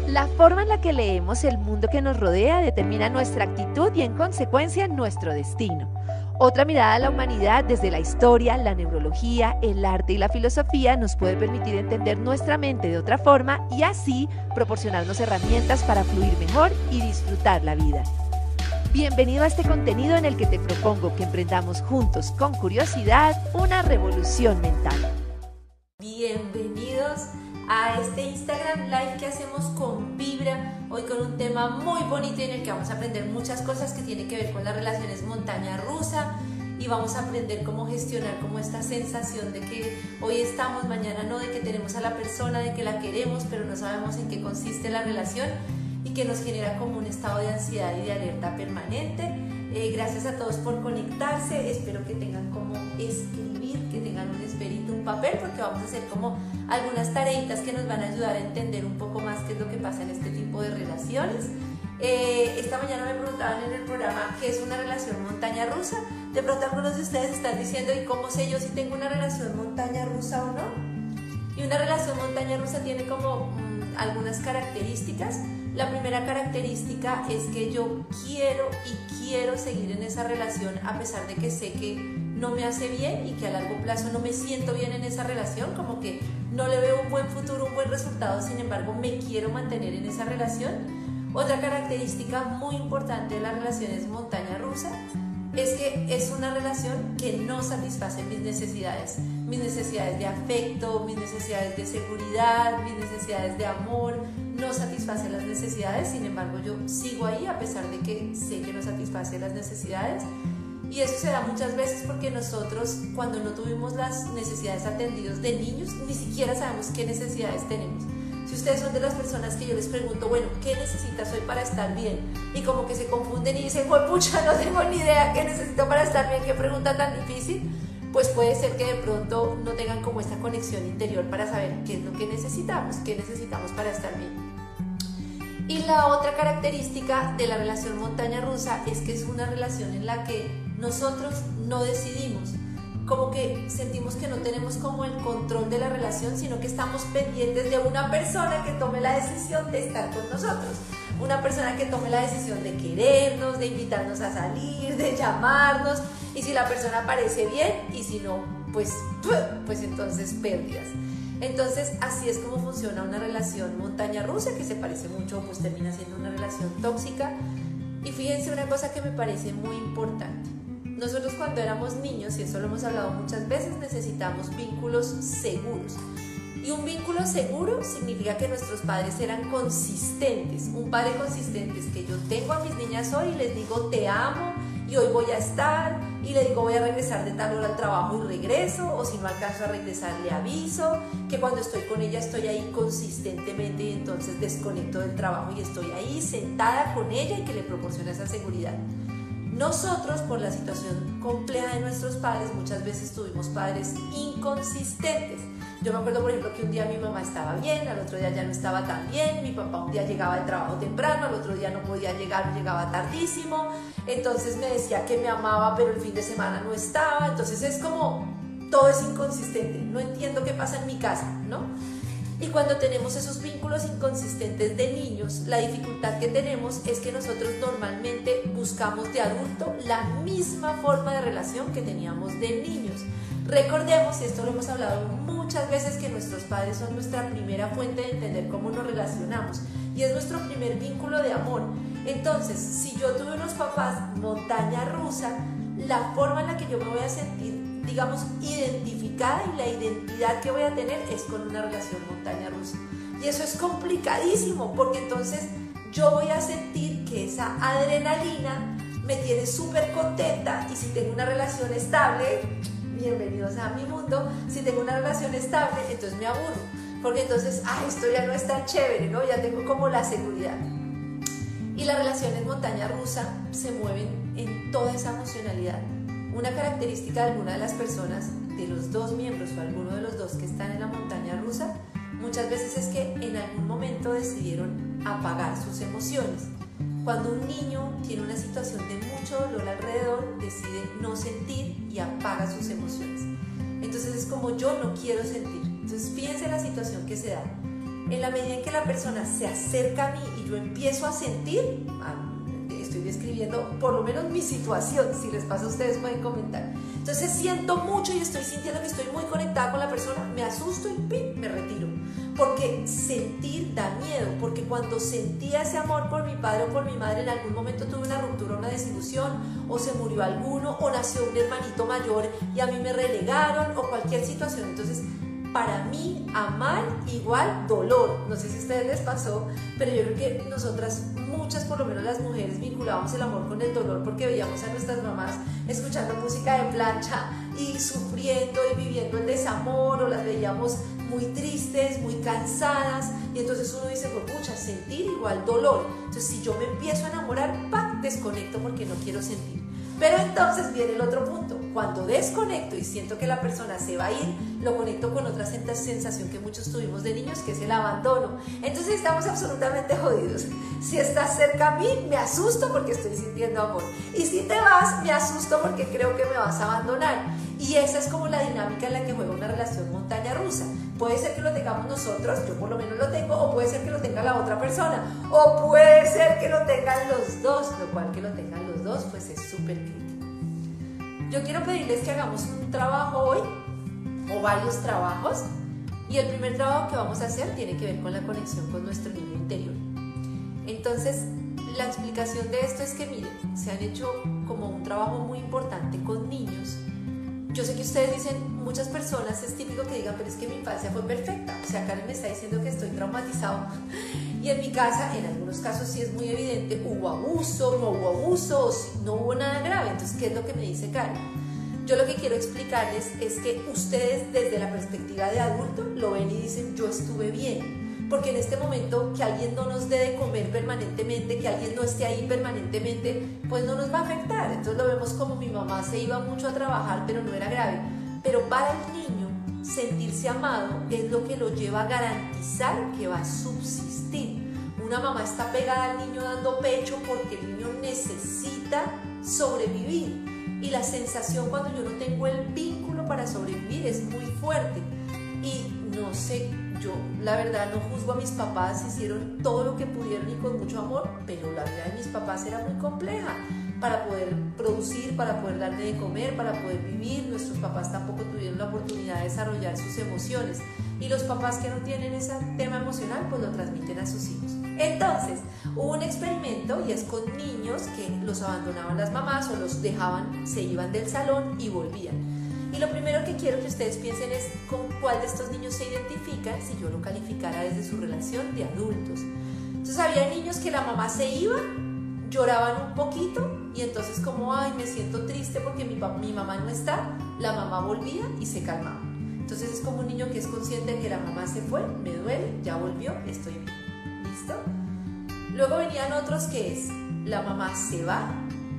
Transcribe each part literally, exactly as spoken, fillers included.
La forma en la que leemos el mundo que nos rodea determina nuestra actitud y en consecuencia nuestro destino. Otra mirada a la humanidad desde la historia, la neurología, el arte y la filosofía nos puede permitir entender nuestra mente de otra forma y así proporcionarnos herramientas para fluir mejor y disfrutar la vida. Bienvenido a este contenido en el que te propongo que emprendamos juntos con curiosidad una revolución mental. Bienvenidos a este Instagram Live que hacemos con Vibra, hoy con un tema muy bonito en el que vamos a aprender muchas cosas que tienen que ver con las relaciones montaña rusa y vamos a aprender cómo gestionar como esta sensación de que hoy estamos, mañana no, de que tenemos a la persona, de que la queremos, pero no sabemos en qué consiste la relación y que nos genera como un estado de ansiedad y de alerta permanente. Eh, gracias a todos por conectarse, espero que tengan como escribir, que tengan un esferito, un papel, porque vamos a hacer como algunas tareitas que nos van a ayudar a entender un poco más qué es lo que pasa en este tipo de relaciones. Eh, esta mañana me preguntaban en el programa qué es una relación montaña rusa. De pronto algunos de ustedes están diciendo, ¿y cómo sé yo si tengo una relación montaña rusa o no? Y una relación montaña rusa tiene como mmm, algunas características. La primera característica es que yo quiero y quiero seguir en esa relación a pesar de que sé que no me hace bien y que a largo plazo no me siento bien en esa relación, como que no le veo un buen futuro, un buen resultado, sin embargo me quiero mantener en esa relación. Otra característica muy importante de las relaciones montaña rusa es que es una relación que no satisface mis necesidades, mis necesidades de afecto, mis necesidades de seguridad, mis necesidades de amor, no satisface las necesidades, sin embargo yo sigo ahí a pesar de que sé que no satisface las necesidades. Y eso se da muchas veces porque nosotros, cuando no tuvimos las necesidades atendidas de niños, ni siquiera sabemos qué necesidades tenemos. Si ustedes son de las personas que yo les pregunto, bueno, ¿qué necesitas hoy para estar bien? Y como que se confunden y dicen, pues pucha, no tengo ni idea qué necesito para estar bien, qué pregunta tan difícil, pues puede ser que de pronto no tengan como esta conexión interior para saber qué es lo que necesitamos, qué necesitamos para estar bien. Y la otra característica de la relación montaña rusa es que es una relación en la que nosotros no decidimos, como que sentimos que no tenemos como el control de la relación, sino que estamos pendientes de una persona que tome la decisión de estar con nosotros, una persona que tome la decisión de querernos, de invitarnos a salir, de llamarnos, y si la persona parece bien y si no, pues, pues entonces pérdidas. Entonces así es como funciona una relación montaña rusa, que se parece mucho, pues termina siendo una relación tóxica. Y fíjense una cosa que me parece muy importante. Nosotros cuando éramos niños, y eso lo hemos hablado muchas veces, necesitamos vínculos seguros. Y un vínculo seguro significa que nuestros padres eran consistentes. Un padre consistente es que yo tengo a mis niñas hoy y les digo te amo y hoy voy a estar, y le digo voy a regresar de tal hora al trabajo y regreso, o si no alcanzo a regresar le aviso, que cuando estoy con ella estoy ahí consistentemente y entonces desconecto del trabajo y estoy ahí sentada con ella y que le proporciona esa seguridad. Nosotros, por la situación compleja de nuestros padres, muchas veces tuvimos padres inconsistentes. Yo me acuerdo, por ejemplo, que un día mi mamá estaba bien, al otro día ya no estaba tan bien, mi papá un día llegaba del trabajo temprano, al otro día no podía llegar, llegaba tardísimo, entonces me decía que me amaba, pero el fin de semana no estaba, entonces es como, todo es inconsistente, no entiendo qué pasa en mi casa, ¿no? Y cuando tenemos esos vínculos inconsistentes de niños, la dificultad que tenemos es que nosotros normalmente buscamos de adulto la misma forma de relación que teníamos de niños. Recordemos, y esto lo hemos hablado muchas veces, que nuestros padres son nuestra primera fuente de entender cómo nos relacionamos y es nuestro primer vínculo de amor. Entonces, si yo tuve unos papás montaña rusa, la forma en la que yo me voy a sentir, digamos, identificada y la identidad que voy a tener es con una relación montaña rusa. Y eso es complicadísimo porque entonces yo voy a sentir que esa adrenalina me tiene súper contenta y si tengo una relación estable, bienvenidos a mi mundo, si tengo una relación estable, entonces me aburro, porque entonces, ah, esto ya no es tan chévere, ¿no? Ya tengo como la seguridad. Y las relaciones montaña rusa se mueven en toda esa emocionalidad. Una característica de alguna de las personas, de los dos miembros o alguno de los dos que están en la montaña rusa, muchas veces es que en algún momento decidieron apagar sus emociones. Cuando un niño tiene una situación de mucho dolor alrededor, decide no sentir y apaga sus emociones. Entonces es como yo no quiero sentir. Entonces fíjense la situación que se da. En la medida en que la persona se acerca a mí y yo empiezo a sentir, estoy describiendo por lo menos mi situación, si les pasa a ustedes pueden comentar. Entonces siento mucho y estoy sintiendo que estoy muy conectada con la persona, me asusto y ¡pim!, me retiro. Porque sentir da miedo, porque cuando sentía ese amor por mi padre o por mi madre, en algún momento tuve una ruptura, una desilusión, o se murió alguno, o nació un hermanito mayor y a mí me relegaron, o cualquier situación. Entonces, para mí, amar igual dolor. No sé si a ustedes les pasó, pero yo creo que nosotras, muchas, por lo menos las mujeres, vinculábamos el amor con el dolor porque veíamos a nuestras mamás escuchando música de plancha y sufriendo y viviendo el desamor, o las veíamos muy tristes, muy cansadas, y entonces uno dice, pues pucha, sentir igual dolor. Entonces si yo me empiezo a enamorar, ¡pac!, desconecto porque no quiero sentir. Pero entonces viene el otro punto, cuando desconecto y siento que la persona se va a ir, lo conecto con otra sensación que muchos tuvimos de niños, que es el abandono. Entonces estamos absolutamente jodidos. Si estás cerca a mí, me asusto porque estoy sintiendo amor, y si te vas, me asusto porque creo que me vas a abandonar. Y esa es como la dinámica en la que juega una relación montaña rusa. Puede ser que lo tengamos nosotros, yo por lo menos lo tengo, o puede ser que lo tenga la otra persona, o puede ser que lo tengan los dos, lo cual que lo tengan los dos pues es súper crítico. Yo quiero pedirles que hagamos un trabajo hoy, o varios trabajos, y el primer trabajo que vamos a hacer tiene que ver con la conexión con nuestro niño interior. Entonces, la explicación de esto es que, miren, se han hecho como un trabajo muy importante con niños. Yo sé que ustedes dicen, muchas personas es típico que digan, pero es que mi infancia fue perfecta. O sea, Karen me está diciendo que estoy traumatizado. Y en mi casa, en algunos casos sí es muy evidente, hubo abuso, no hubo abuso, no hubo nada grave. Entonces, ¿qué es lo que me dice Karen? Yo lo que quiero explicarles es que ustedes desde la perspectiva de adulto lo ven y dicen, yo estuve bien. Porque en este momento que alguien no nos dé de comer permanentemente, que alguien no esté ahí permanentemente, pues no nos va a afectar. Entonces lo vemos como mi mamá se iba mucho a trabajar, pero no era grave. Pero para el niño, sentirse amado es lo que lo lleva a garantizar que va a subsistir. Una mamá está pegada al niño dando pecho porque el niño necesita sobrevivir. Y la sensación cuando yo no tengo el vínculo para sobrevivir es muy fuerte. Y no sé, yo la verdad no juzgo a mis papás, hicieron todo lo que pudieron y con mucho amor, pero la vida de mis papás era muy compleja para poder producir, para poder darle de comer, para poder vivir. Nuestros papás tampoco tuvieron la oportunidad de desarrollar sus emociones, y los papás que no tienen ese tema emocional pues lo transmiten a sus hijos. Entonces hubo un experimento, y es con niños que los abandonaban las mamás o los dejaban, se iban del salón y volvían. Y lo primero que quiero que ustedes piensen es con cuál de estos niños se identifican si yo lo calificara desde su relación de adultos. Entonces había niños que la mamá se iba, lloraban un poquito y entonces como, ay, me siento triste porque mi, mi mamá no está, la mamá volvía y se calmaba. Entonces es como un niño que es consciente de que la mamá se fue, me duele, ya volvió, estoy bien. ¿Listo? Luego venían otros que es, la mamá se va,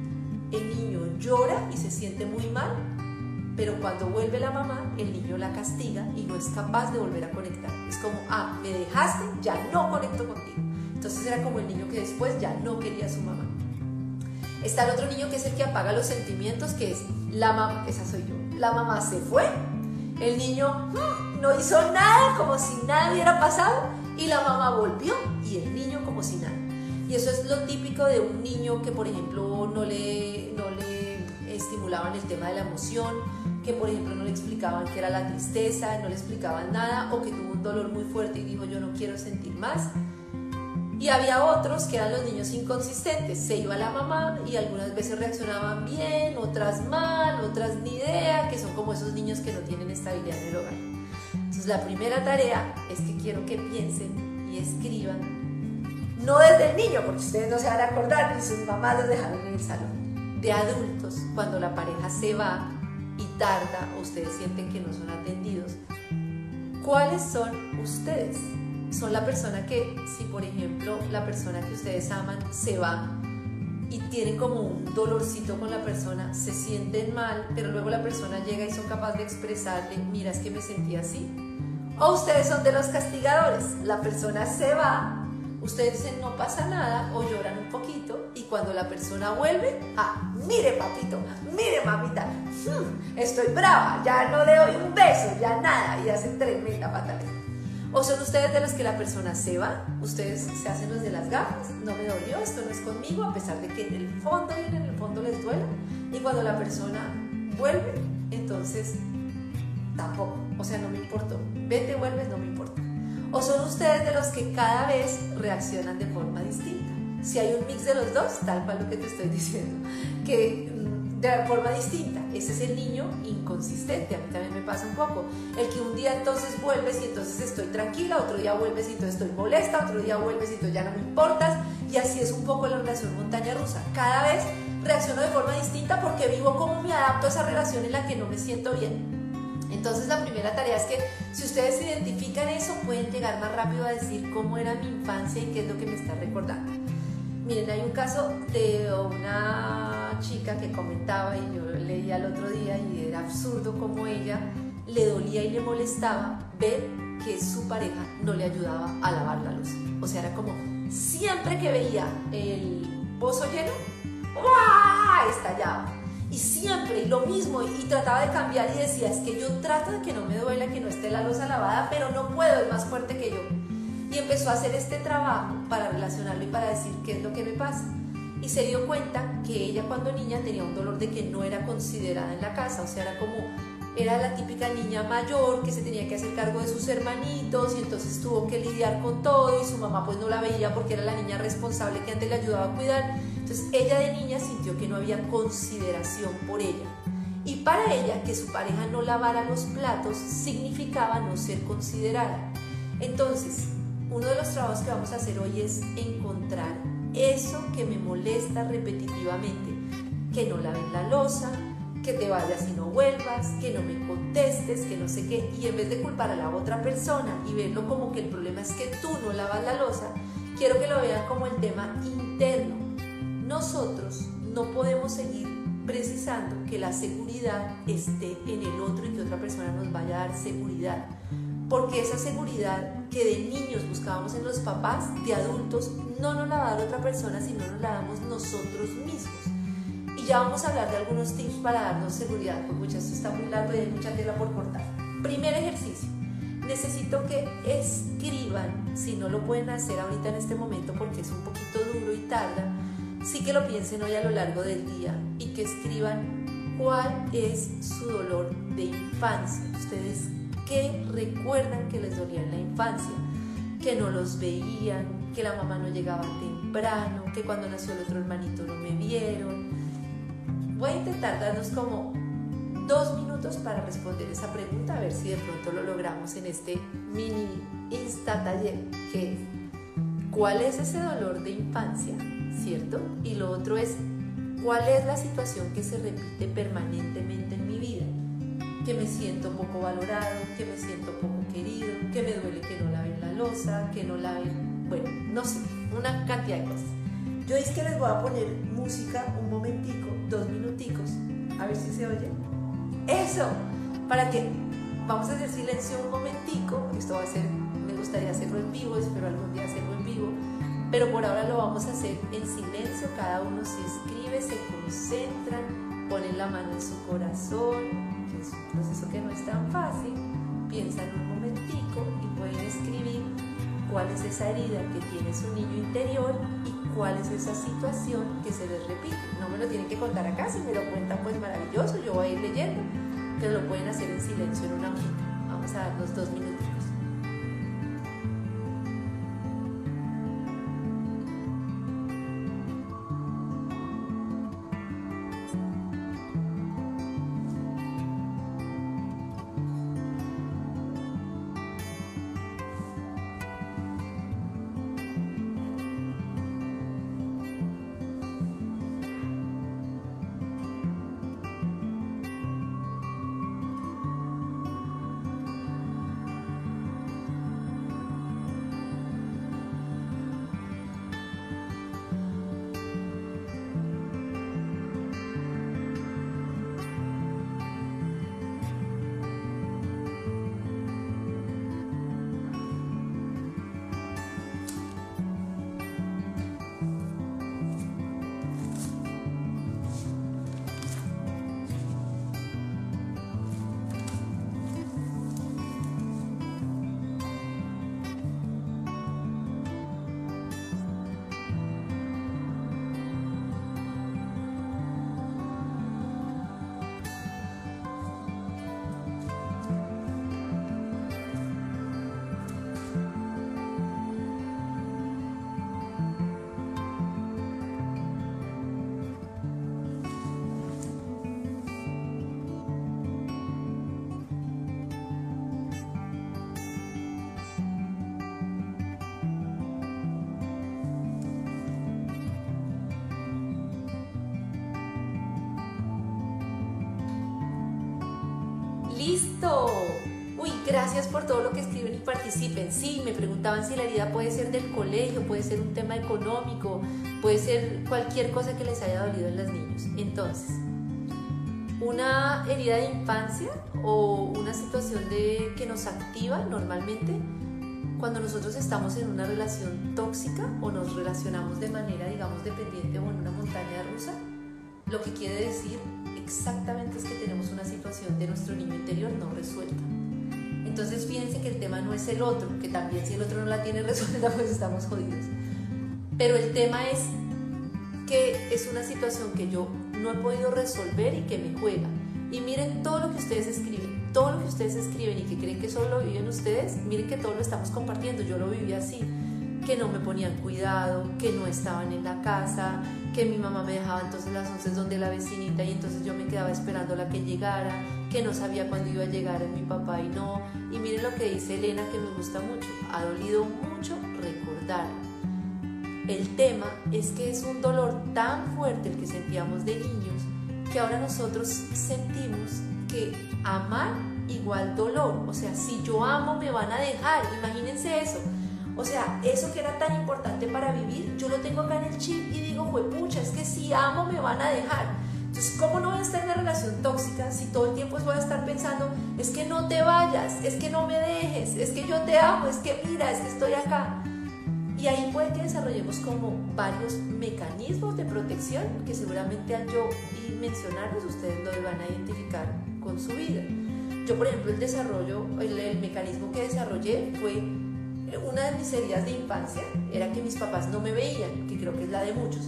el niño llora y se siente muy mal, pero cuando vuelve la mamá, el niño la castiga y no es capaz de volver a conectar. Es como, ah, me dejaste, ya no conecto contigo. Entonces era como el niño que después ya no quería a su mamá. Está el otro niño que es el que apaga los sentimientos, que es la mamá, esa soy yo. La mamá se fue, el niño mmm, no hizo nada, como si nada hubiera pasado, y la mamá volvió y el niño como si nada. Y eso es lo típico de un niño que, por ejemplo, no le, no le estimulaban el tema de la emoción, que por ejemplo no le explicaban qué era la tristeza, no le explicaban nada, o que tuvo un dolor muy fuerte y dijo yo no quiero sentir más. Y había otros que eran los niños inconsistentes, se iba la mamá y algunas veces reaccionaban bien, otras mal, otras ni idea, que son como esos niños que no tienen estabilidad en el hogar. Entonces la primera tarea es que quiero que piensen y escriban, no desde el niño, porque ustedes no se van a acordar ni sus mamás los dejaron en el salón, de adultos, cuando la pareja se va y tarda, o ustedes sienten que no son atendidos, ¿cuáles son ustedes? Son la persona que, si por ejemplo la persona que ustedes aman se va y tienen como un dolorcito con la persona, se sienten mal, pero luego la persona llega y son capaces de expresarle, mira, es que me sentí así. O ustedes son de los castigadores, la persona se va, ustedes dicen no pasa nada o lloran un poquito, y cuando la persona vuelve, ah, mire papito, mire mamita, hmm, estoy brava, ya no le doy un beso, ya nada, y hacen tremenda pataleta. ¿O son ustedes de los que la persona se va? Ustedes se hacen los de las gafas, no me dolió, esto no es conmigo, a pesar de que en el fondo y en el fondo les duele. Y cuando la persona vuelve, entonces tampoco, o sea, no me importó. Vete, vuelves, no me importa. ¿O son ustedes de los que cada vez reaccionan de forma distinta? Si hay un mix de los dos, tal cual lo que te estoy diciendo, que de forma distinta, ese es el niño inconsistente. A mí también me pasa un poco, el que un día entonces vuelves y entonces estoy tranquila, otro día vuelves y entonces estoy molesta, otro día vuelves y entonces ya no me importas, y así es un poco la relación montaña rusa. Cada vez reacciono de forma distinta porque vivo cómo me adapto a esa relación en la que no me siento bien. Entonces la primera tarea es que si ustedes identifican eso, pueden llegar más rápido a decir cómo era mi infancia y qué es lo que me está recordando. Miren, hay un caso de una chica que comentaba, y yo leía el otro día, y era absurdo cómo ella le dolía y le molestaba ver que su pareja no le ayudaba a lavar la loza. O sea, era como siempre que veía el pozo lleno, ¡uah!, estallaba. Y siempre, y lo mismo, y trataba de cambiar y decía, es que yo trato de que no me duela, que no esté la loza lavada, pero no puedo, es más fuerte que yo. Y empezó a hacer este trabajo para relacionarlo y para decir qué es lo que me pasa. Y se dio cuenta que ella cuando niña tenía un dolor de que no era considerada en la casa, o sea, era como, era la típica niña mayor que se tenía que hacer cargo de sus hermanitos y entonces tuvo que lidiar con todo y su mamá pues no la veía porque era la niña responsable que antes le ayudaba a cuidar. Entonces ella de niña sintió que no había consideración por ella. Y para ella que su pareja no lavara los platos significaba no ser considerada. Entonces, uno de los trabajos que vamos a hacer hoy es encontrar eso que me molesta repetitivamente, que no laven la loza, que te vayas y no vuelvas, que no me contestes, que no sé qué, y en vez de culpar a la otra persona y verlo como que el problema es que tú no lavas la loza, quiero que lo vean como el tema interno. Nosotros no podemos seguir precisando que la seguridad esté en el otro y que otra persona nos vaya a dar seguridad. Porque esa seguridad que de niños buscábamos en los papás, de adultos, no nos la va a dar otra persona, sino nos la damos nosotros mismos. Y ya vamos a hablar de algunos tips para darnos seguridad, porque muchas esto está muy largo y hay mucha tela por cortar. Primer ejercicio, necesito que escriban, si no lo pueden hacer ahorita en este momento porque es un poquito duro y tarda, sí que lo piensen hoy a lo largo del día y que escriban cuál es su dolor de infancia. Ustedes, ¿qué recuerdan que les dolía en la infancia? Que no los veían, que la mamá no llegaba temprano, que cuando nació el otro hermanito no me vieron. Voy a intentar darnos como dos minutos para responder esa pregunta, a ver si de pronto lo logramos en este mini Insta taller, que es ¿cuál es ese dolor de infancia? ¿Cierto? Y lo otro es ¿cuál es la situación que se repite permanentemente en mi vida? Que me siento poco valorado, que me siento poco querido, que me duele que no laven la loza, que no laven, bueno, no sé, una cantidad de cosas. Yo es que les voy a poner música un momentico, dos minuticos, a ver si se oye. Eso, para que vamos a hacer silencio un momentico, esto va a ser, me gustaría hacerlo en vivo, espero algún día hacerlo en vivo, pero por ahora lo vamos a hacer en silencio, cada uno se escribe, se concentran, ponen la mano en su corazón. Es un proceso que no es tan fácil, piensan un momentico y pueden escribir cuál es esa herida que tiene su niño interior y cuál es esa situación que se les repite. No me lo tienen que contar acá, si me lo cuentan pues maravilloso, yo voy a ir leyendo, pero lo pueden hacer en silencio en una hojita. Vamos a darnos dos minutos. listo. Uy, gracias por todo lo que escriben y participen. Sí, me preguntaban si la herida puede ser del colegio, puede ser un tema económico, puede ser cualquier cosa que les haya dolido en los niños. Entonces, una herida de infancia o una situación de, que nos activa normalmente cuando nosotros estamos en una relación tóxica o nos relacionamos de manera, digamos, dependiente o en una montaña rusa, lo que quiere decir exactamente es que tenemos una situación de nuestro niño interior no resuelta. Entonces fíjense que el tema no es el otro, que también si el otro no la tiene resuelta, pues estamos jodidos. Pero el tema es que es una situación que yo no he podido resolver y que me juega. Y miren todo lo que ustedes escriben, todo lo que ustedes escriben y que creen que solo lo viven ustedes, miren que todo lo estamos compartiendo. Yo lo viví así, que no me ponían cuidado, que no estaban en la casa, que mi mamá me dejaba entonces las once donde la vecinita y entonces yo me quedaba esperando a la que llegara, que no sabía cuándo iba a llegar mi papá y no. Y miren lo que dice Elena, que me gusta mucho, ha dolido mucho recordar. El tema es que es un dolor tan fuerte el que sentíamos de niños que ahora nosotros sentimos que amar igual dolor. O sea, si yo amo me van a dejar, imagínense eso. O sea, eso que era tan importante para vivir, yo lo tengo acá en el chip y digo, juepucha, es que si amo me van a dejar. Entonces, ¿cómo no voy a estar en una relación tóxica si todo el tiempo voy a estar pensando, es que no te vayas, es que no me dejes, es que yo te amo, es que mira, es que estoy acá? Y ahí puede que desarrollemos como varios mecanismos de protección que seguramente al yo mencionarlos ustedes lo van a identificar con su vida. Yo, por ejemplo, el desarrollo, el, el mecanismo que desarrollé fue una de mis heridas de infancia, era que mis papás no me veían, que creo que es la de muchos.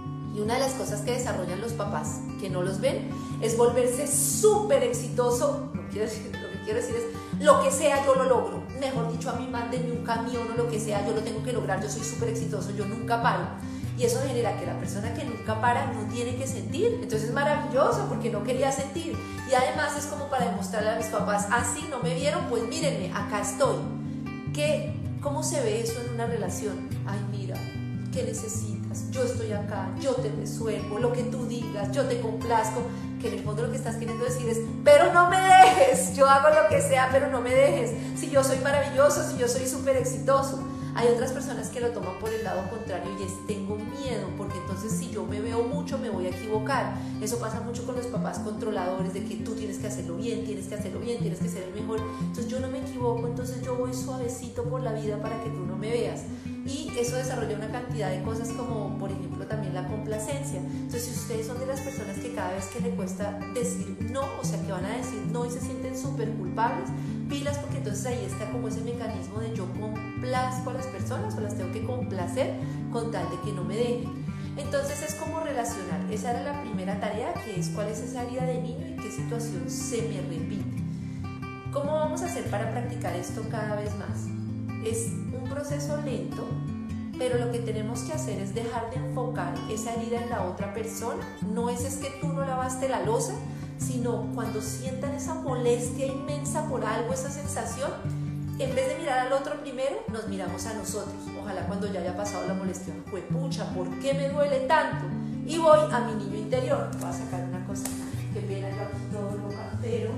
Y una de las cosas que desarrollan los papás que no los ven es volverse súper exitoso. No quiero decir, lo que quiero decir es, lo que sea yo lo logro. Mejor dicho, a mí mándenme un camión o lo que sea, yo lo tengo que lograr, yo soy súper exitoso, yo nunca paro. Y eso genera que la persona que nunca para no tiene que sentir. Entonces es maravilloso porque no quería sentir. Y además es como para demostrarle a mis papás, así no me vieron, pues mírenme, acá estoy. ¿Qué, ¿Cómo se ve eso en una relación? Ay, mira, ¿qué necesitas? Yo estoy acá, yo te resuelvo, lo que tú digas, yo te complazco. Que en el fondo lo que estás queriendo decir es, pero no me dejes, yo hago lo que sea, pero no me dejes. Si yo soy maravilloso, si yo soy súper exitoso. Hay otras personas que lo toman por el lado contrario y es, tengo miedo, porque entonces si yo me veo mucho me voy a equivocar. Eso pasa mucho con los papás controladores, de que tú tienes que hacerlo bien, tienes que hacerlo bien, tienes que ser el mejor. Entonces yo no me equivoco, entonces yo voy suavecito por la vida para que tú no me veas. Y eso desarrolla una cantidad de cosas como, por ejemplo, también la complacencia. Entonces, si ustedes son de las personas que cada vez que le cuesta decir no, o sea, que van a decir no y se sienten súper culpables, pilas, porque entonces ahí está como ese mecanismo de yo complazco a las personas o las tengo que complacer con tal de que no me dejen. Entonces es como relacionar. Esa era la primera tarea, que es cuál es esa herida de niño y qué situación se me repite. ¿Cómo vamos a hacer para practicar esto cada vez más? Es un proceso lento, pero lo que tenemos que hacer es dejar de enfocar esa herida en la otra persona. No es, es que tú no lavaste la loza, sino cuando sientan esa molestia inmensa por algo, esa sensación, en vez de mirar al otro primero, nos miramos a nosotros. Ojalá cuando ya haya pasado la molestia, juepucha, ¿por qué me duele tanto? Y voy a mi niño interior. Voy a sacar una cosa, qué pena, yo aquí todo loca, pero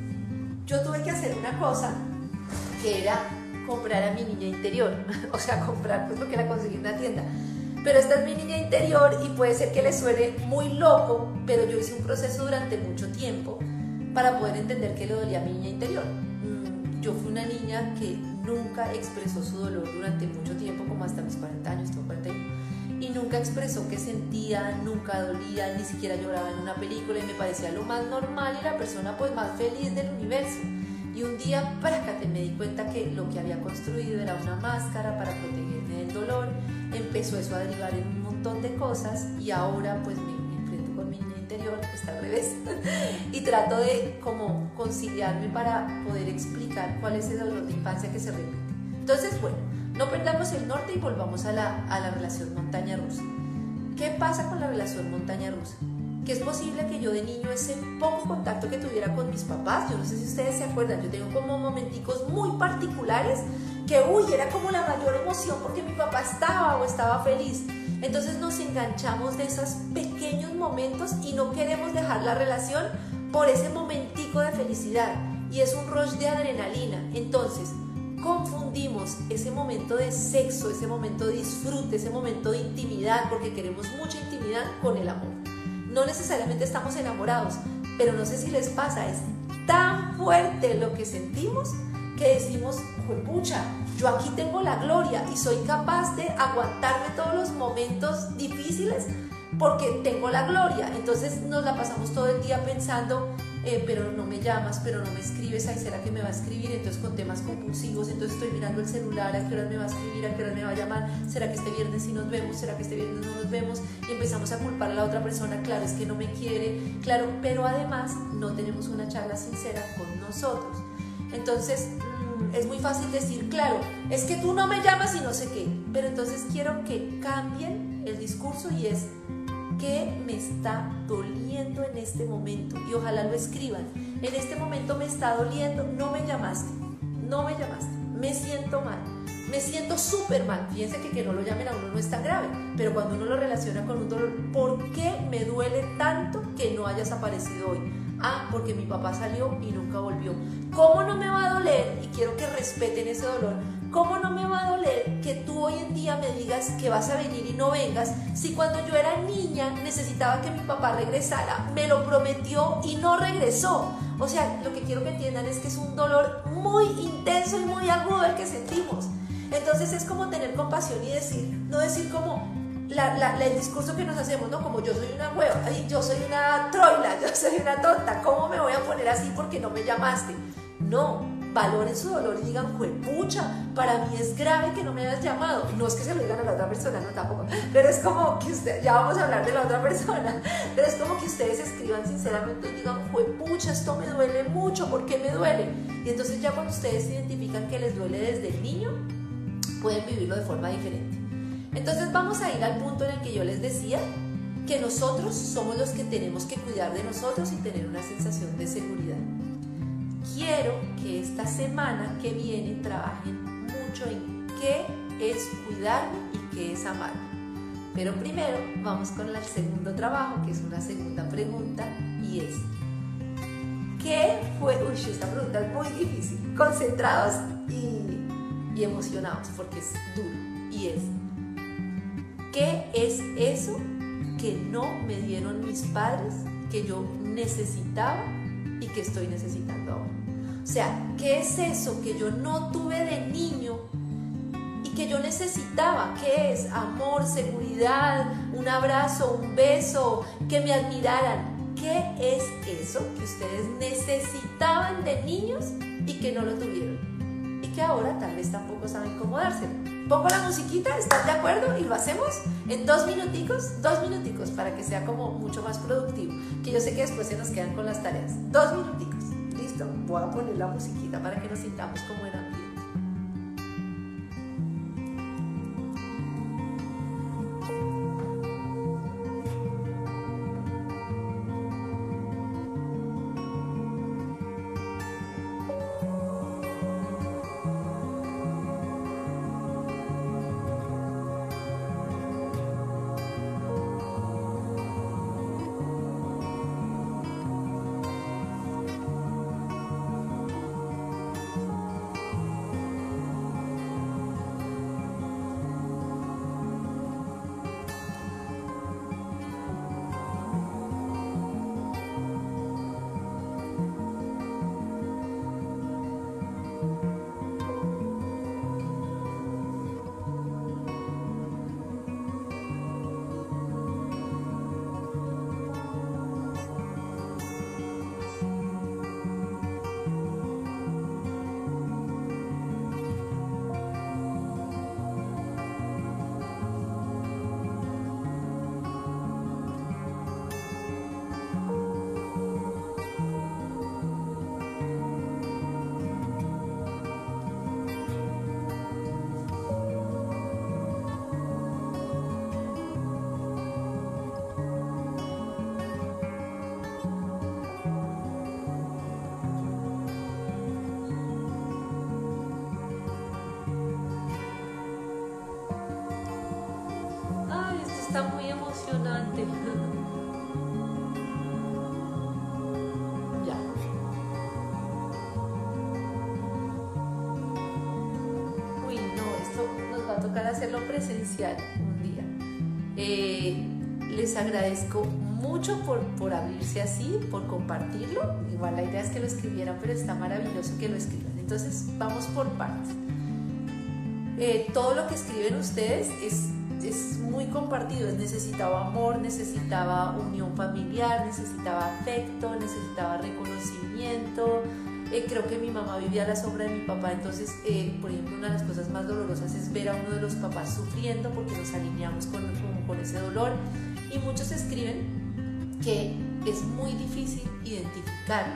yo tuve que hacer una cosa que era comprar a mi niña interior. O sea, comprar pues porque la conseguí en una tienda. Pero esta es mi niña interior y puede ser que le suene muy loco, pero yo hice un proceso durante mucho tiempo para poder entender qué le dolía a mi niña interior. Yo fui una niña que nunca expresó su dolor durante mucho tiempo, como hasta mis cuarenta años, tengo cuarenta y uno, y nunca expresó que sentía, nunca dolía, ni siquiera lloraba en una película y me parecía lo más normal y la persona pues más feliz del universo. Y un día, prácate, me di cuenta que lo que había construido era una máscara para protegerme del dolor. Empezó eso a derivar en un montón de cosas y ahora pues me enfrento con mi niña interior, está al revés, y trato de como conciliarme para poder explicar cuál es el dolor de infancia que se repite. Entonces, bueno, no perdamos el norte y volvamos a la, a la relación montaña rusa. ¿Qué pasa con la relación montaña rusa? Que es posible que yo de niño ese poco contacto que tuviera con mis papás, yo no sé si ustedes se acuerdan, yo tengo como momenticos muy particulares que, uy, era como la mayor emoción porque mi papá estaba o estaba feliz. Entonces nos enganchamos de esos pequeños momentos y no queremos dejar la relación por ese momentico de felicidad. y es un rush de adrenalina. Entonces, confundimos ese momento de sexo, ese momento de disfrute, ese momento de intimidad, porque queremos mucha intimidad, con el amor. No necesariamente estamos enamorados, pero no sé si les pasa, es tan fuerte lo que sentimos que decimos, pucha, yo aquí tengo la gloria y soy capaz de aguantarme todos los momentos difíciles porque tengo la gloria. Entonces nos la pasamos todo el día pensando, eh, pero no me llamas, pero no me escribes, ay, ¿será que me va a escribir? Entonces con temas compulsivos, entonces estoy mirando el celular, ¿a qué hora me va a escribir? ¿A qué hora me va a llamar? ¿Será que este viernes sí nos vemos? ¿Será que este viernes no nos vemos? Y empezamos a culpar a la otra persona, claro, es que no me quiere, claro, pero además no tenemos una charla sincera con nosotros. Entonces mmm, es muy fácil decir, claro, es que tú no me llamas y no sé qué, pero entonces quiero que cambien el discurso y es, ¿qué me está doliendo en este momento? Y ojalá lo escriban. En este momento me está doliendo, no me llamaste, no me llamaste, me siento mal, me siento súper mal. Fíjense que que no lo llamen a uno no es tan grave, pero cuando uno lo relaciona con un dolor, ¿por qué me duele tanto que no hayas aparecido hoy? Ah, porque mi papá salió y nunca volvió. ¿Cómo no me va a doler? Y quiero que respeten ese dolor. ¿Cómo no me va a doler que tú hoy en día me digas que vas a venir y no vengas si cuando yo era niña necesitaba que mi papá regresara, me lo prometió y no regresó? O sea, lo que quiero que entiendan es que es un dolor muy intenso y muy agudo el que sentimos. Entonces es como tener compasión y decir, no decir como la, la, la, el discurso que nos hacemos, ¿no? Como yo soy una hueva, yo soy una troila, yo soy una tonta, ¿cómo me voy a poner así porque no me llamaste? No, valoren su dolor y digan, juepucha, para mí es grave que no me hayas llamado. No es que se lo digan a la otra persona, no tampoco, pero es como que usted, ya vamos a hablar de la otra persona, pero es como que ustedes escriban sinceramente y digan, juepucha, esto me duele mucho, ¿por qué me duele? Y entonces ya cuando ustedes identifican que les duele desde el niño, pueden vivirlo de forma diferente. Entonces vamos a ir al punto en el que yo les decía que nosotros somos los que tenemos que cuidar de nosotros y tener una sensación de seguridad. Quiero que esta semana que viene trabajen mucho en qué es cuidarme y qué es amarme. Pero primero vamos con el segundo trabajo, que es una segunda pregunta, y es ¿qué fue? Uy, esta pregunta es muy difícil. Concentrados y, y emocionados porque es duro. Y es ¿qué es eso que no me dieron mis padres, que yo necesitaba y que estoy necesitando ahora? O sea, ¿qué es eso que yo no tuve de niño y que yo necesitaba? ¿Qué es? Amor, seguridad, un abrazo, un beso, que me admiraran. ¿Qué es eso que ustedes necesitaban de niños y que no lo tuvieron? Y que ahora tal vez tampoco saben cómo dárselo. Pongo la musiquita, ¿están de acuerdo? Y lo hacemos en dos minuticos, dos minuticos para que sea como mucho más productivo. Que yo sé que después se nos quedan con las tareas. Dos minuticos. Listo, voy a poner la musiquita para que nos sintamos como en ambiente. Está muy emocionante. Ya. tocar hacerlo presencial un día. Eh, les agradezco mucho por, por abrirse así, por compartirlo. Igual la idea es que lo escribieran, pero está maravilloso que lo escriban. Entonces vamos por partes. Eh, todo lo que escriben ustedes es, es muy compartido. Necesitaba amor, necesitaba unión familiar, necesitaba afecto, necesitaba reconocimiento. Eh, creo que mi mamá vivía a la sombra de mi papá, entonces, eh, por ejemplo, una de las cosas más dolorosas es ver a uno de los papás sufriendo porque nos alineamos con, con, con ese dolor. Y muchos escriben que es muy difícil identificarlo.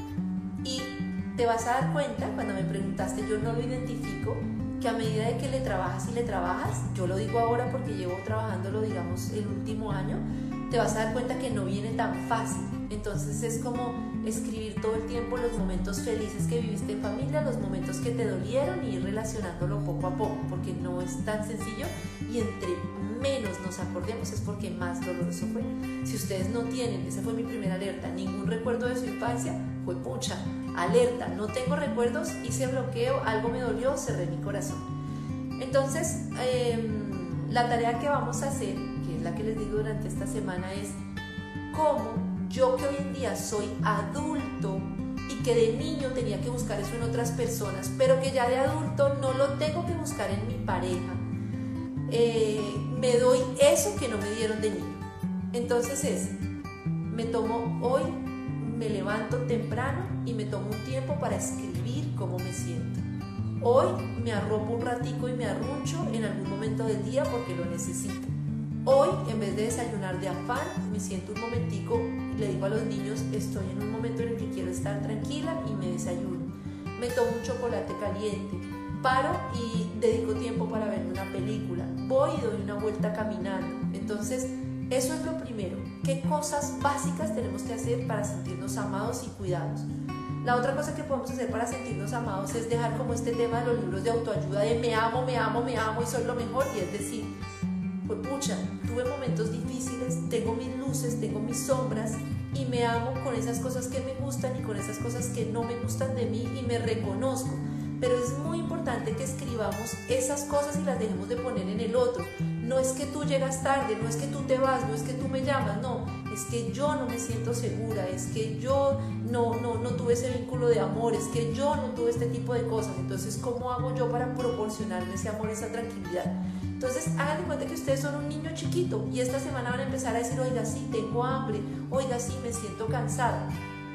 Y te vas a dar cuenta, cuando me preguntaste, yo no lo identifico, que a medida de que le trabajas y le trabajas, yo lo digo ahora porque llevo trabajándolo, digamos, el último año, te vas a dar cuenta que no viene tan fácil. Entonces es como escribir todo el tiempo los momentos felices que viviste en familia, los momentos que te dolieron y ir relacionándolo poco a poco, porque no es tan sencillo y entre menos nos acordemos es porque más doloroso fue. Si ustedes no tienen, esa fue mi primera alerta, ningún recuerdo de su infancia, fue pucha, alerta, no tengo recuerdos, hice bloqueo, algo me dolió, cerré mi corazón. Entonces, eh, la tarea que vamos a hacer, que es la que les digo durante esta semana, es cómo yo, que hoy en día soy adulto y que de niño tenía que buscar eso en otras personas, pero que ya de adulto no lo tengo que buscar en mi pareja, eh, me doy eso que no me dieron de niño. Entonces es, me tomo hoy, me levanto temprano y me tomo un tiempo para escribir cómo me siento. Hoy me arropo un ratico y me arruncho en algún momento del día porque lo necesito. Hoy, en vez de desayunar de afán, me siento un momentico, le digo a los niños, estoy en un momento en el que quiero estar tranquila y me desayuno. Me tomo un chocolate caliente, paro y dedico tiempo para ver una película. Voy y doy una vuelta caminando. Entonces, eso es lo primero. ¿Qué cosas básicas tenemos que hacer para sentirnos amados y cuidados? La otra cosa que podemos hacer para sentirnos amados es dejar como este tema de los libros de autoayuda de me amo, me amo, me amo y soy lo mejor, y es decir, pues pucha, tuve momentos difíciles, tengo mis luces, tengo mis sombras y me amo con esas cosas que me gustan y con esas cosas que no me gustan de mí y me reconozco. Pero es muy importante que escribamos esas cosas y las dejemos de poner en el otro. No es que tú llegas tarde, no es que tú te vas, no es que tú me llamas, no, es que yo no me siento segura, es que yo no, no, no tuve ese vínculo de amor, es que yo no tuve este tipo de cosas. Entonces, ¿cómo hago yo para proporcionarme ese amor, esa tranquilidad? Entonces, hagan de cuenta que ustedes son un niño chiquito y esta semana van a empezar a decir, oiga, sí, tengo hambre, oiga, sí, me siento cansada.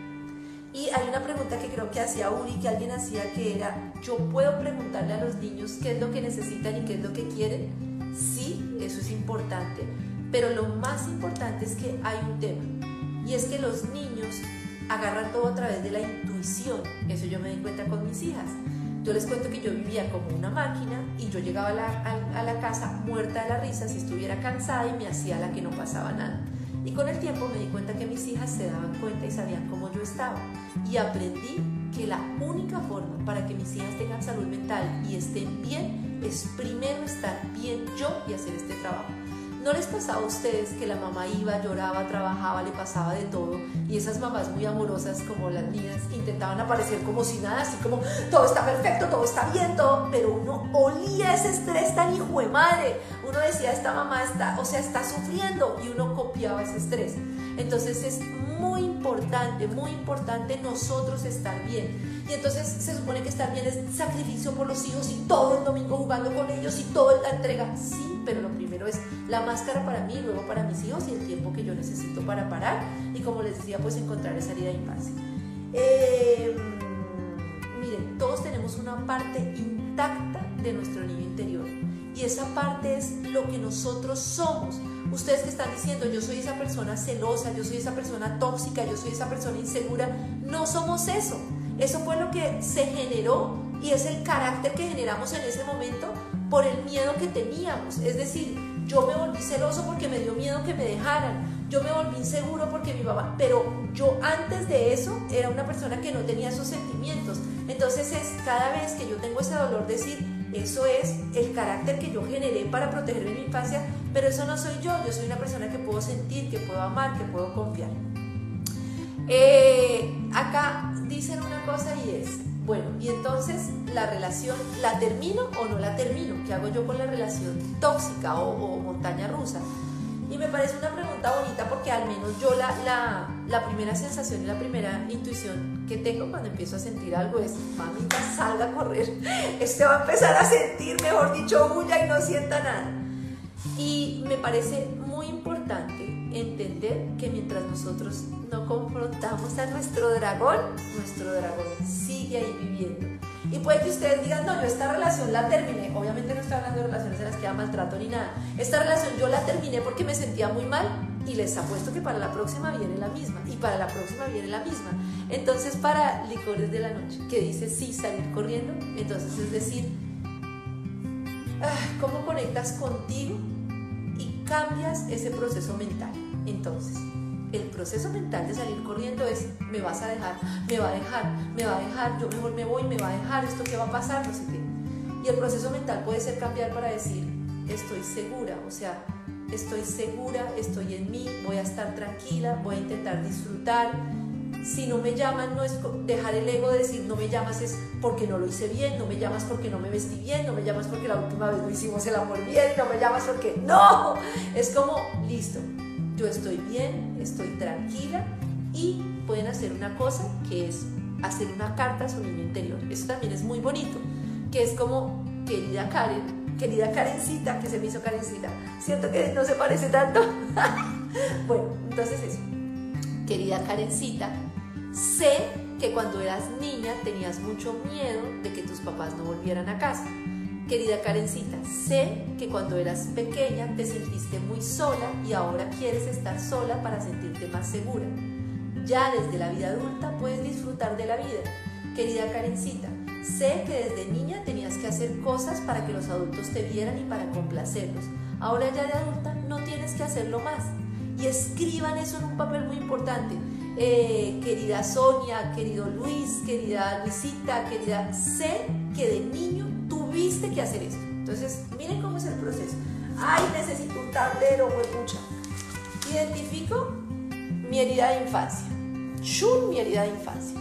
Y hay una pregunta que creo que hacía Uri, que alguien hacía, que era, ¿yo puedo preguntarle a los niños qué es lo que necesitan y qué es lo que quieren? Sí, eso es importante, pero lo más importante es que hay un tema, y es que los niños agarran todo a través de la intuición. Eso yo me di cuenta con mis hijas. Yo les cuento que yo vivía como una máquina y yo llegaba a la, a, a la casa muerta de la risa si estuviera cansada y me hacía la que no pasaba nada. Y con el tiempo me di cuenta que mis hijas se daban cuenta y sabían cómo yo estaba. Y aprendí que la única forma para que mis hijas tengan salud mental y estén bien es primero estar bien yo y hacer este trabajo. ¿No les pasaba a ustedes que la mamá iba, lloraba, trabajaba, le pasaba de todo, y esas mamás muy amorosas como las mías intentaban aparecer como si nada, así como todo está perfecto, todo está bien, todo, pero uno olía ese estrés tan hijo de madre? Uno decía, esta mamá está, o sea, está sufriendo, y uno copiaba ese estrés. Entonces es muy importante, muy importante nosotros estar bien. Y entonces se supone que estar bien es sacrificio por los hijos y todo el domingo jugando con ellos y toda la entrega. Sí, pero lo primero es la máscara para mí, luego para mis hijos y el tiempo que yo necesito para parar. Y como les decía, pues encontrar esa herida de infancia. Eh, miren, todos tenemos una parte intacta de nuestro niño interior. Y esa parte es lo que nosotros somos. Ustedes que están diciendo, yo soy esa persona celosa, yo soy esa persona tóxica, yo soy esa persona insegura, no somos eso. Eso fue lo que se generó y es el carácter que generamos en ese momento por el miedo que teníamos. Es decir, yo me volví celoso porque me dio miedo que me dejaran, yo me volví inseguro porque mi mamá, pero yo antes de eso era una persona que no tenía esos sentimientos. Entonces es cada vez que yo tengo ese dolor decir, eso es el carácter que yo generé para protegerme en mi infancia, pero eso no soy yo, yo soy una persona que puedo sentir, que puedo amar, que puedo confiar. Eh, acá dicen una cosa y es, Bueno, y entonces la relación, ¿la termino o no la termino? ¿Qué hago yo con la relación tóxica o, o montaña rusa? Y me parece una pregunta bonita porque al menos yo la, la, la primera sensación y la primera intuición que tengo cuando empiezo a sentir algo es, mamita, salga a correr, este va a empezar a sentir, mejor dicho, huya y no sienta nada. Y me parece muy importante entender que mientras nosotros no confrontamos a nuestro dragón, nuestro dragón sigue ahí viviendo. Y puede que ustedes digan, no, yo esta relación la terminé. Obviamente no estoy hablando de relaciones en las que haya maltrato ni nada. Esta relación yo la terminé porque me sentía muy mal y les apuesto que para la próxima viene la misma y para la próxima viene la misma. Entonces, para Licores de la Noche, que dice sí, salir corriendo, entonces es decir, ¿cómo conectas contigo y cambias ese proceso mental? Entonces, el proceso mental de salir corriendo es, me vas a dejar, me va a dejar, me va a dejar, yo mejor me voy, me va a dejar, esto qué va a pasar, no sé qué. Y el proceso mental puede ser cambiar para decir, estoy segura, o sea, estoy segura, estoy en mí, voy a estar tranquila, voy a intentar disfrutar. Si no me llaman, no es dejar el ego de decir, no me llamas es porque no lo hice bien, no me llamas porque no me vestí bien, no me llamas porque la última vez no hicimos el amor bien, no me llamas porque no, es como, listo. Yo estoy bien, estoy tranquila y pueden hacer una cosa que es hacer una carta a su niño interior. Eso también es muy bonito, que es como, querida Karen, querida Karencita, que se me hizo Karencita, siento que no se parece tanto. Bueno, entonces eso, querida Karencita, sé que cuando eras niña tenías mucho miedo de que tus papás no volvieran a casa. Querida Karencita, sé que cuando eras pequeña te sentiste muy sola y ahora quieres estar sola para sentirte más segura. Ya desde la vida adulta puedes disfrutar de la vida. Querida Karencita, sé que desde niña tenías que hacer cosas para que los adultos te vieran y para complacerlos. Ahora ya de adulta no tienes que hacerlo más. Y escriban eso en un papel muy importante. Eh, querida Sonia, querido Luis, querida Luisita, querida, sé que de niño tuviste que hacer esto. Entonces, miren cómo es el proceso. Ay, necesito un tablero, huepucha. Identifico mi herida de infancia. Shun, mi herida de infancia.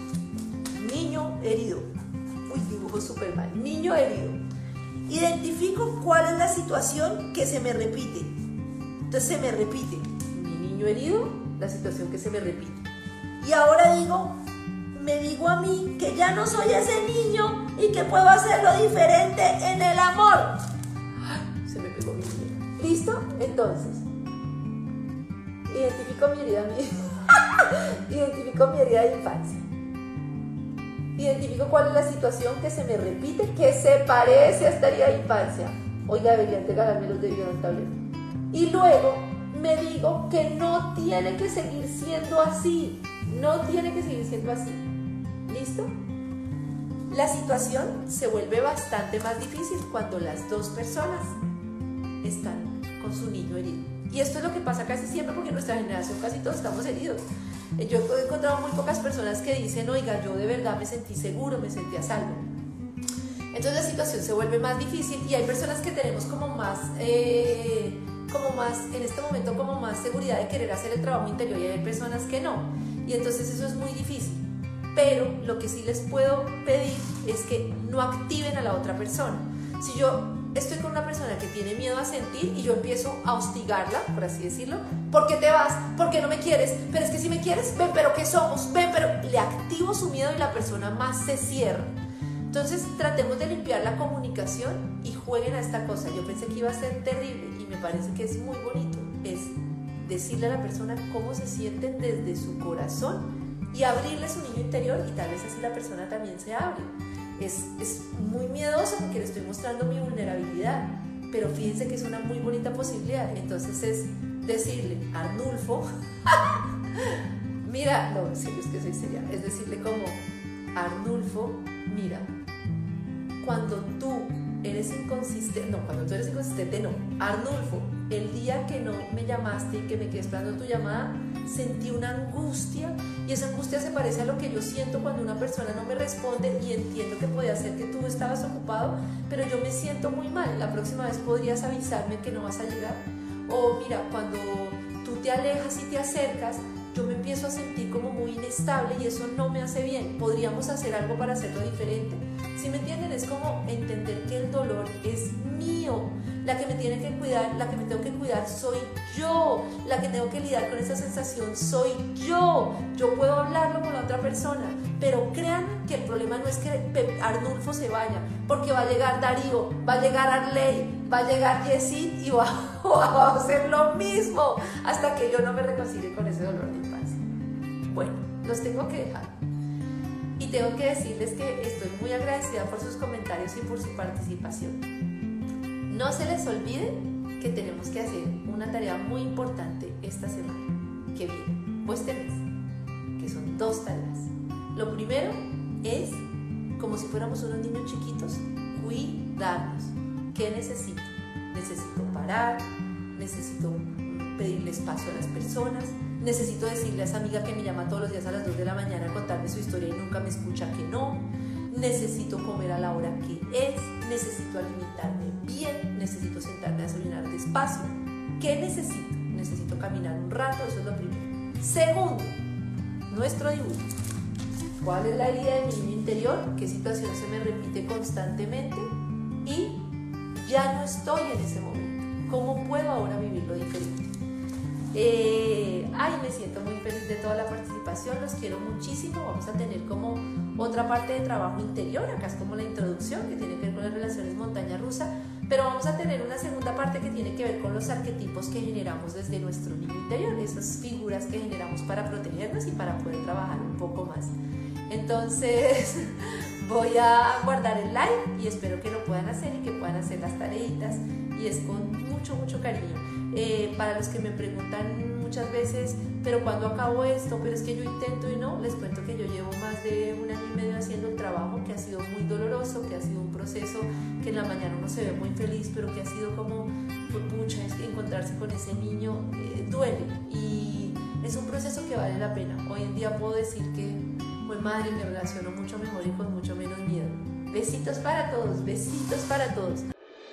Niño herido. Uy, dibujo súper mal. Niño herido. Identifico cuál es la situación que se me repite. Entonces se me repite mi niño herido, la situación que se me repite. Y ahora digo, me digo a mí que ya no soy ese niño y que puedo hacerlo diferente en el amor. Ay, se me pegó mi herida. ¿Listo? Entonces, identifico mi herida, mi... identifico mi herida de infancia. Identifico cuál es la situación que se me repite, que se parece a esta herida de infancia. Oiga, deberían regalarme los de video en tablero. Y luego me digo que no tiene que seguir siendo así. No tiene que seguir siendo así. ¿Listo? La situación se vuelve bastante más difícil cuando las dos personas están con su niño herido. Y esto es lo que pasa casi siempre porque en nuestra generación casi todos estamos heridos. Yo he encontrado muy pocas personas que dicen, oiga, yo de verdad me sentí seguro, me sentí a salvo. Entonces la situación se vuelve más difícil y hay personas que tenemos como más, eh, como más, en este momento como más seguridad de querer hacer el trabajo interior y hay personas que no. Y entonces eso es muy difícil. Pero lo que sí les puedo pedir es que no activen a la otra persona. Si yo estoy con una persona que tiene miedo a sentir y yo empiezo a hostigarla, por así decirlo, ¿por qué te vas? ¿Por qué no me quieres? Pero es que si me quieres, ven, pero ¿qué somos? Ven, pero le activo su miedo y la persona más se cierra. Entonces tratemos de limpiar la comunicación y jueguen a esta cosa. Yo pensé que iba a ser terrible y me parece que es muy bonito. Es decirle a la persona cómo se sienten desde su corazón y abrirle su niño interior y tal vez así la persona también se abre. Es, es muy miedoso porque le estoy mostrando mi vulnerabilidad, pero fíjense que es una muy bonita posibilidad. Entonces es decirle, Arnulfo, mira, no, en serio es que soy seria, es decirle como, Arnulfo, mira, cuando tú eres inconsistente, no, cuando tú eres inconsistente, no, Arnulfo, el día que no me llamaste y que me quedé esperando tu llamada, sentí una angustia y esa angustia se parece a lo que yo siento cuando una persona no me responde y entiendo que podía ser que tú estabas ocupado, pero yo me siento muy mal, la próxima vez podrías avisarme que no vas a llegar. O mira, cuando tú te alejas y te acercas, yo me empiezo a sentir como muy inestable y eso no me hace bien. Podríamos hacer algo para hacerlo diferente. ¿Sí me entienden? Es como entender que el dolor es mío. La que me tiene que cuidar, la que me tengo que cuidar soy yo. La que tengo que lidiar con esa sensación soy yo. Yo puedo hablarlo con la otra persona, pero créanme que el problema no es que Arnulfo se vaya, porque va a llegar Darío, va a llegar Arley, va a llegar Yesid y va, va a hacer lo mismo hasta que yo no me reconcilie con ese dolor de infancia. Bueno, los tengo que dejar. Y tengo que decirles que estoy muy agradecida por sus comentarios y por su participación. No se les olvide que tenemos que hacer una tarea muy importante esta semana que viene, o este mes, que son dos tareas. Lo primero es, como si fuéramos unos niños chiquitos, cuidarnos. ¿Qué necesito? Necesito parar, necesito pedirle espacio a las personas, necesito decirle a esa amiga que me llama todos los días a las dos de la mañana a contarme su historia y nunca me escucha que no, necesito comer a la hora que es, necesito alimentarme bien, necesito sentarme a desayunar despacio. ¿Qué necesito? Necesito caminar un rato, eso es lo primero. Segundo, nuestro dibujo. ¿Cuál es la herida de mi niño interior? ¿Qué situación se me repite constantemente? Y ya no estoy en ese momento. ¿Cómo puedo ahora vivirlo diferente? Eh, ay, me siento muy feliz de toda la participación, los quiero muchísimo. Vamos a tener como otra parte de trabajo interior, acá es como la introducción que tiene que ver con las relaciones montaña rusa, pero vamos a tener una segunda parte que tiene que ver con los arquetipos que generamos desde nuestro niño interior, esas figuras que generamos para protegernos y para poder trabajar un poco más. Entonces voy a guardar el like y espero que lo puedan hacer y que puedan hacer las tareitas, y es con mucho mucho cariño. Eh, para los que me preguntan muchas veces, pero ¿cuándo acabo esto? Pero es que yo intento y no, les cuento que yo llevo más de un año y medio haciendo el trabajo, que ha sido muy doloroso, que ha sido un proceso que en la mañana uno se ve muy feliz, pero que ha sido como, pues, pucha, es que encontrarse con ese niño eh, duele, y es un proceso que vale la pena. Hoy en día puedo decir que, pues madre, me relaciono mucho mejor y con mucho menos miedo. Besitos para todos, besitos para todos.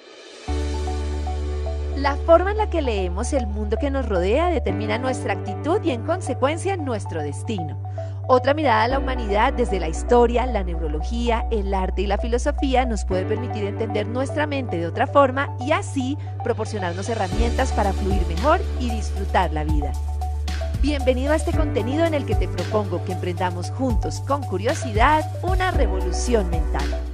La forma en la que leemos el mundo que nos rodea determina nuestra actitud y, en consecuencia, nuestro destino. Otra mirada a la humanidad desde la historia, la neurología, el arte y la filosofía nos puede permitir entender nuestra mente de otra forma y así proporcionarnos herramientas para fluir mejor y disfrutar la vida. Bienvenido a este contenido en el que te propongo que emprendamos juntos con curiosidad una revolución mental.